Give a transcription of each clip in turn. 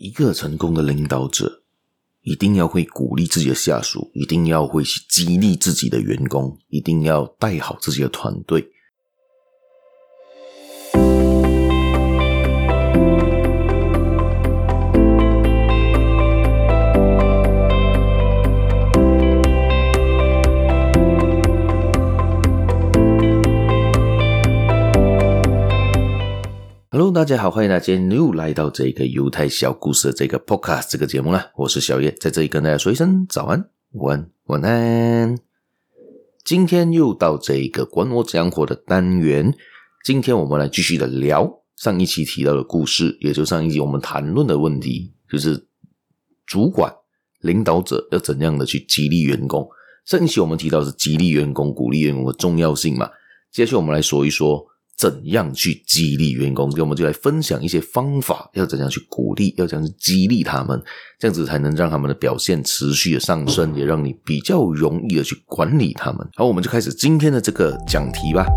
一个成功的领导者一定要会鼓励自己的下属，一定要会去激励自己的员工，一定要带好自己的团队。Hello， 大家好，欢迎大家今天又来到这个犹太小故事的这个 podcast 这个节目啦。我是小叶，在这里跟大家说一声早安、午安、晚安。今天又到这个管我讲火的单元，今天我们来继续的聊上一期提到的故事，也就是上一集我们谈论的问题，就是主管、领导者要怎样的去激励员工。上一期我们提到的是激励员工、鼓励员工的重要性嘛，接下来我们来说一说怎样去激励员工，我们就来分享一些方法，要怎样去鼓励，要怎样去激励他们，这样子才能让他们的表现持续的上升，也让你比较容易的去管理他们。好，我们就开始今天的这个讲题吧。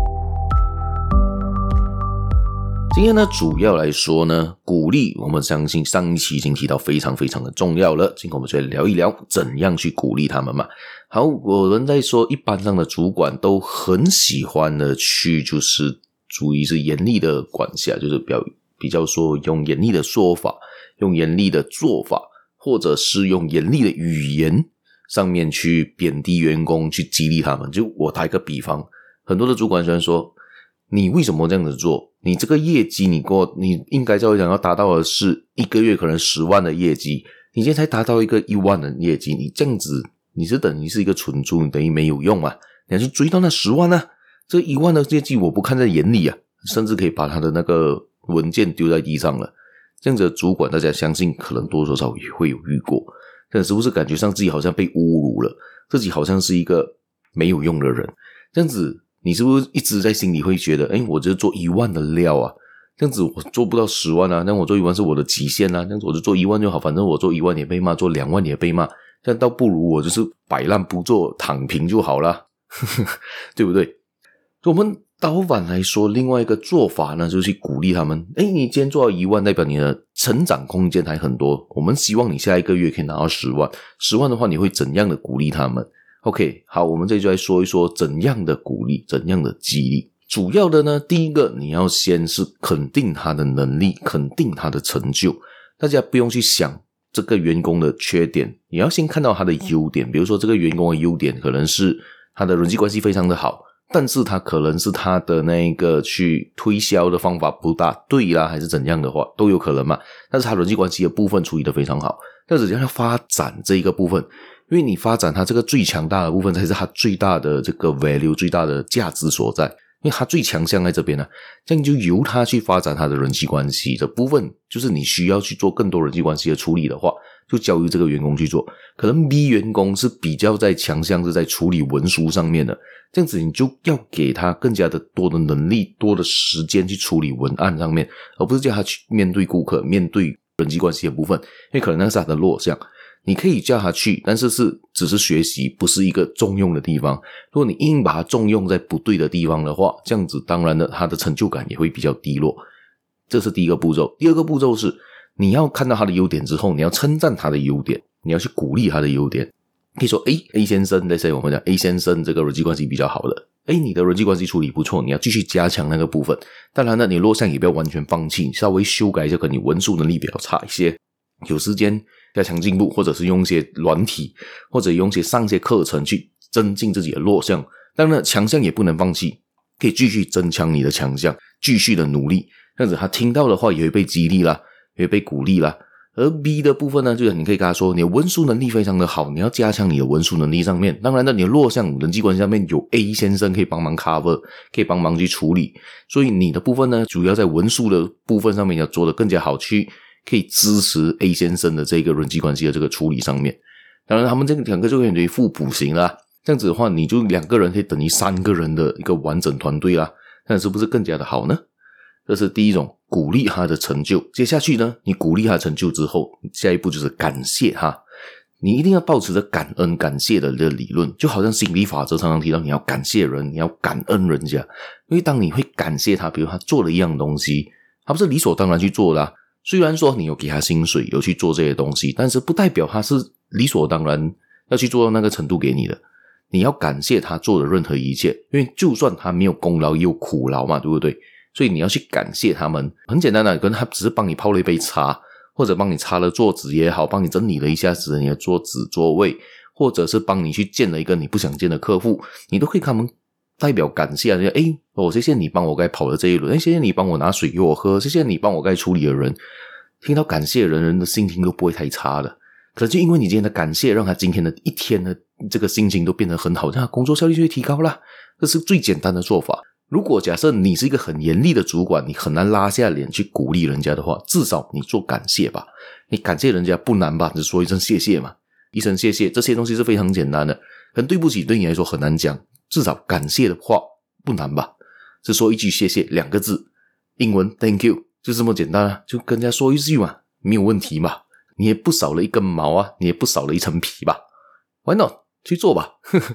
今天呢，主要来说呢，鼓励我们相信上一期已经提到非常非常的重要了，今天我们就来聊一聊怎样去鼓励他们嘛。好，有人在说一般上的主管都很喜欢的去就是注意是严厉的管辖，就是比较说用严厉的说法，用严厉的做法，或者是用严厉的语言上面去贬低员工，去激励他们。就我打一个比方，很多的主管喜欢说，你为什么这样子做？你这个业绩你应该照理讲要达到的是一个月可能10万的业绩，你现在才达到一个1万的业绩，你这样子你是等于是一个蠢猪，你等于没有用啊，你还是追到那10万啊，这1万的业绩我不看在眼里啊，甚至可以把他的那个文件丢在地上了。这样子的主管大家相信可能多多少少也会有遇过，但是不是感觉上自己好像被侮辱了，自己好像是一个没有用的人，这样子你是不是一直在心里会觉得我就做1万的料啊，这样子我做不到10万啊，那我做1万是我的极限啊，这样子我就做1万就好，反正我做1万也被骂，做2万也被骂，这样倒不如我就是摆烂不做，躺平就好了对不对？我们倒反来说，另外一个做法呢，就是去鼓励他们。你今天做到1万，代表你的成长空间还很多。我们希望你下一个月可以拿到10万。10万的话，你会怎样的鼓励他们 ？OK， 好，我们这里就来说一说怎样的鼓励，怎样的激励。主要的呢，第一个，你要先是肯定他的能力，肯定他的成就。大家不用去想这个员工的缺点，你要先看到他的优点。比如说，这个员工的优点可能是他的人际关系非常的好。但是他可能是他的那个去推销的方法不大对啦，还是怎样的话都有可能嘛。但是他人际关系的部分处理得非常好，但是要发展这一个部分，因为你发展他这个最强大的部分才是他最大的这个 value， 最大的价值所在，因为他最强项在这边这样就由他去发展他的人际关系的部分，就是你需要去做更多人际关系的处理的话，就交由这个员工去做。可能 B 员工是比较在强项是在处理文书上面的，这样子你就要给他更加的多的能力，多的时间去处理文案上面，而不是叫他去面对顾客，面对人际关系的部分，因为可能那是他的弱项。你可以叫他去，但是只是学习，不是一个重用的地方。如果你硬把它重用在不对的地方的话，这样子当然的他的成就感也会比较低落。这是第一个步骤。第二个步骤是你要看到他的优点之后，你要称赞他的优点，你要去鼓励他的优点。可以说A 先生，let's say我们讲 A 先生这个人际关系比较好的，你的人际关系处理不错，你要继续加强那个部分。当然呢，你弱项也不要完全放弃，稍微修改一下，可能你文书能力比较差一些，有时间加强进步，或者是用一些软体，或者用一些上一些课程去增进自己的弱项。当然强项也不能放弃，可以继续增强你的强项，继续的努力，这样子他听到的话也会被激励啦，也会被鼓励啦。而 B 的部分呢，就是你可以跟他说，你的文书能力非常的好，你要加强你的文书能力上面。当然呢，你的弱项人际关系上面有 A 先生可以帮忙 cover， 可以帮忙去处理。所以你的部分呢，主要在文书的部分上面要做得更加好，去可以支持 A 先生的这个人际关系的这个处理上面。当然他们这两个就可以互补型啦，这样子的话你就2个人可以等于3个人的一个完整团队啦，那是不是更加的好呢？这是第一种，鼓励他的成就。接下去呢，你鼓励他的成就之后，下一步就是感谢他。你一定要抱持着感恩感谢的这个理论，就好像心理法则常常提到你要感谢人，你要感恩人家。因为当你会感谢他，比如他做了一样东西，他不是理所当然去做的虽然说你有给他薪水，有去做这些东西，但是不代表他是理所当然要去做到那个程度给你的。你要感谢他做的任何一切，因为就算他没有功劳也有苦劳嘛，对不对？所以你要去感谢他们。很简单的，可能他只是帮你泡了一杯茶，或者帮你擦了桌子也好，帮你整理了一下子你的桌子座位，或者是帮你去见了一个你不想见的客户，你都可以跟他们代表感谢啊，谢谢你帮我该跑的这一轮，谢谢你帮我拿水给我喝，谢谢你帮我该处理的人。听到感谢人的心情都不会太差的。可能就因为你今天的感谢，让他今天的一天的这个心情都变得很好，这样工作效率就会提高啦。这是最简单的做法。如果假设你是一个很严厉的主管，你很难拉下脸去鼓励人家的话，至少你做感谢吧。你感谢人家不难吧，只说一声谢谢嘛，一声谢谢，这些东西是非常简单的。可能对不起对你来说很难讲，至少感谢的话不难吧，只说一句谢谢2个字，英文 thank you， 就这么简单啊，就跟人家说一句嘛，没有问题嘛。你也不少了一根毛啊，你也不少了一层皮吧， Why not？ 去做吧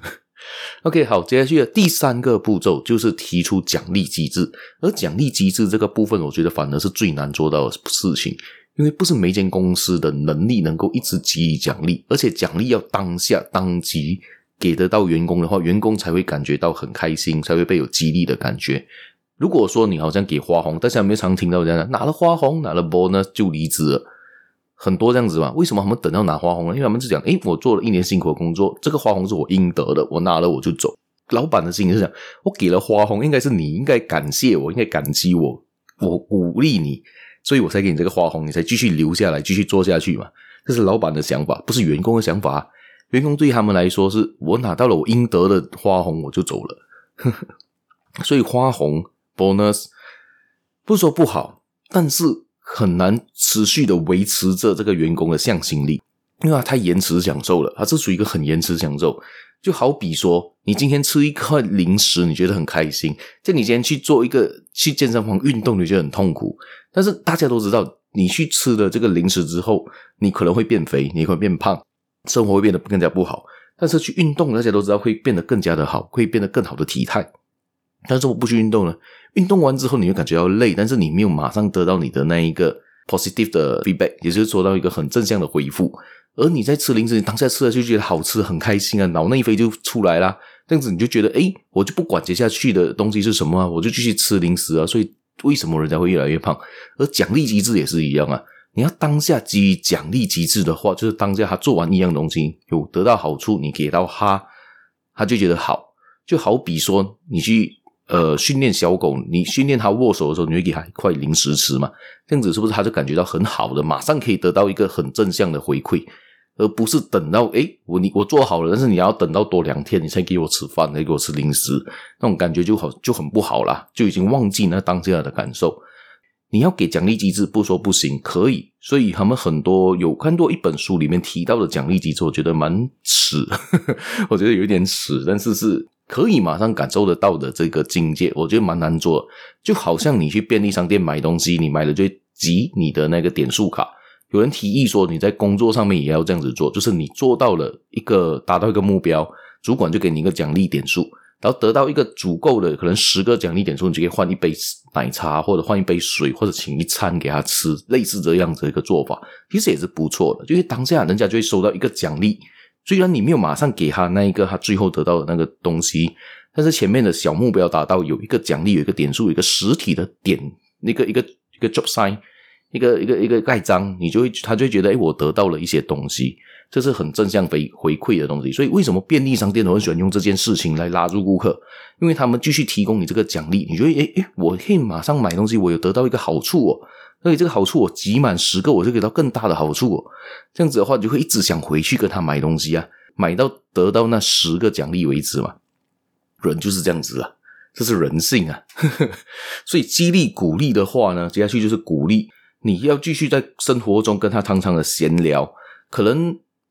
OK， 好，接下去的第3个步骤就是提出奖励机制。而奖励机制这个部分我觉得反而是最难做到的事情，因为不是每间公司的能力能够一直给予奖励，而且奖励要当下当即给得到员工的话，员工才会感觉到很开心，才会被有激励的感觉。如果说你好像给花红，大家有没有常听到这样的，拿了花红拿了 bonus 就离职了，很多这样子嘛？为什么他们等到拿花红呢？因为他们是讲我做了1年辛苦的工作，这个花红是我应得的，我拿了我就走。老板的心里是讲，我给了花红，应该是你应该感谢我，应该感激我，我鼓励你，所以我才给你这个花红，你才继续留下来继续做下去嘛。这是老板的想法，不是员工的想法。员工对他们来说是我拿到了我应得的花红我就走了所以花红 bonus 不说不好，但是很难持续的维持着这个员工的向心力，因为他太延迟享受了，他是属于一个很延迟享受。就好比说你今天吃一块零食你觉得很开心，就你今天去健身房运动你觉得很痛苦，但是大家都知道你去吃了这个零食之后你可能会变肥，你可能会变胖，生活会变得更加不好，但是去运动大家都知道会变得更加的好，会变得更好的体态。但是我不去运动呢，运动完之后你会感觉到累，但是你没有马上得到你的那一个 positive 的 feedback， 也就是说到一个很正向的回复。而你在吃零食，你当下吃了就觉得好吃很开心啊，脑内啡就出来啦，这样子你就觉得我就不管接下去的东西是什么啊，我就继续吃零食啊。所以为什么人家会越来越胖？而奖励机制也是一样啊，你要当下基于奖励机制的话，就是当下他做完一样东西有得到好处，你给到他就觉得好。就好比说你去训练小狗，你训练它握手的时候，你会给它一块零食吃嘛？这样子是不是它就感觉到很好的，马上可以得到一个很正向的回馈，而不是等到我做好了，但是你要等到多2天你才给我吃饭，才给我吃零食，那种感觉就很不好啦，就已经忘记那当下的感受。你要给奖励机制不说不行，可以。所以他们很多有看过一本书里面提到的奖励机制，我觉得蛮耻我觉得有一点耻，但是是可以马上感受得到的这个境界，我觉得蛮难做的。就好像你去便利商店买东西，你买了就会集你的那个点数卡，有人提议说你在工作上面也要这样子做，就是你做到了达到一个目标，主管就给你一个奖励点数，然后得到一个足够的可能10个奖励点数，你就可以换一杯奶茶，或者换一杯水，或者请一餐给他吃，类似这样子的一个做法其实也是不错的。就是当下人家就会收到一个奖励，虽然你没有马上给他那一个他最后得到的那个东西，但是前面的小目标达到，有一个奖励，有一个点数，有一个实体的点，一个 job sign， 一个盖章，他就会觉得我得到了一些东西，这是很正向回馈的东西。所以为什么便利商店都很喜欢用这件事情来拉住顾客？因为他们继续提供你这个奖励，你觉得我可以马上买东西，我有得到一个好处哦，所以这个好处我集满10个我就给到更大的好处哦。这样子的话你就会一直想回去跟他买东西啊，买到得到那10个奖励为止嘛。人就是这样子啊，这是人性啊所以激励鼓励的话呢，接下去就是鼓励你要继续在生活中跟他常常的闲聊，可能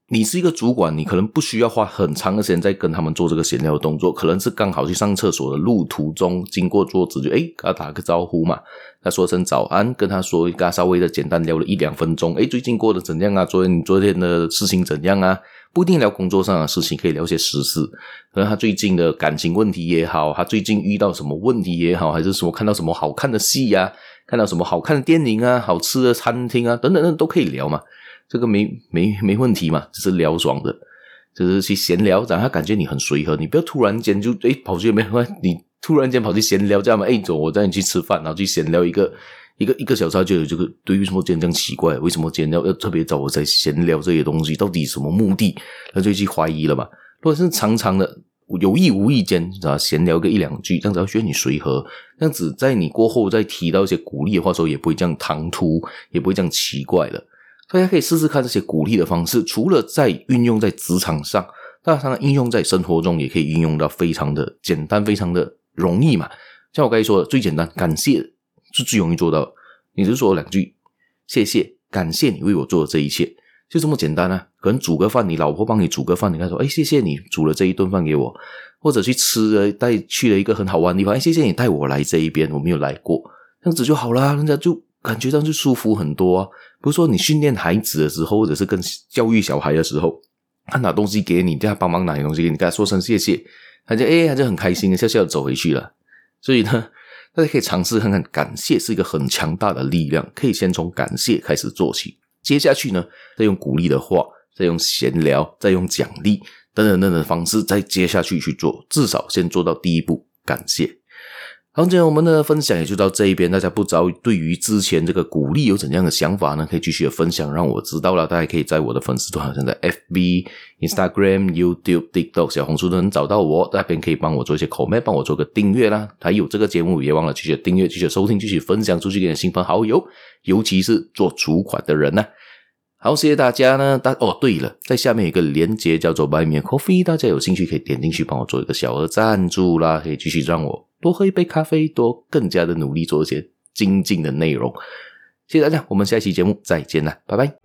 你是一个主管，你可能不需要花很长的时间在跟他们做这个闲聊的动作，可能是刚好去上厕所的路途中经过桌子就跟他打个招呼嘛，他说声早安，跟他稍微的简单聊了1-2分钟，最近过得怎样啊，昨天的事情怎样啊，不一定聊工作上的事情，可以聊些时事，可能他最近的感情问题也好，他最近遇到什么问题也好，还是什么看到什么好看的戏啊，看到什么好看的电影啊，好吃的餐厅啊，等等都可以聊嘛，这个没问题嘛，只是聊爽的，就是去闲聊，让他感觉你很随和，你不要突然间就跑去你突然间跑去闲聊这样嘛，走我带你去吃饭，然后去闲聊一个小时，就有这个对于什么今天这样奇怪，为什么今天要特别找我在闲聊这些东西，到底什么目的，那就去怀疑了嘛。如果是常常的有意无意间闲聊个1-2句，这样子要觉得你随和，这样子在你过后再提到一些鼓励的话的时候，也不会这样唐突，也不会这样奇怪了。大家可以试试看这些鼓励的方式，除了在运用在职场上，当然应用在生活中也可以运用到非常的简单，非常的容易嘛。像我刚才说的最简单，感谢是最容易做到的，你只说2句谢谢，感谢你为我做的这一切，就这么简单啊。可能煮个饭，你老婆帮你煮个饭，你看说谢谢你煮了这一顿饭给我，或者去去了一个很好玩的地方，谢谢你带我来这一边，我没有来过，这样子就好啦，人家就感觉上就舒服很多啊。比如说你训练孩子的时候，或者是跟教育小孩的时候，他拿东西给你，叫他帮忙拿东西给你，跟他说声谢谢，他就很开心的笑笑的走回去了。所以呢，大家可以尝试看看，感谢是一个很强大的力量，可以先从感谢开始做起，接下去呢再用鼓励的话，再用闲聊，再用奖励等等的方式再接下去做，至少先做到第一步，感谢。好，今天我们的分享也就到这一边，大家不知道对于之前这个鼓励有怎样的想法呢？可以继续的分享让我知道了，大家可以在我的粉丝团，好像在 FB、Instagram、YouTube、TikTok、小红书都能找到我，那边可以帮我做一些 comment， 帮我做个订阅啦，还有这个节目别忘了继续订阅，继续收听，继续分享出去给你的亲朋好友，尤其是做主管的人呢。好，谢谢大家呢。对了，在下面有一个连结叫做 Buy Me a Coffee， 大家有兴趣可以点进去帮我做一个小额赞助啦，可以继续让我多喝一杯咖啡，多更加的努力做一些精进的内容。谢谢大家，我们下期节目再见啦，拜拜。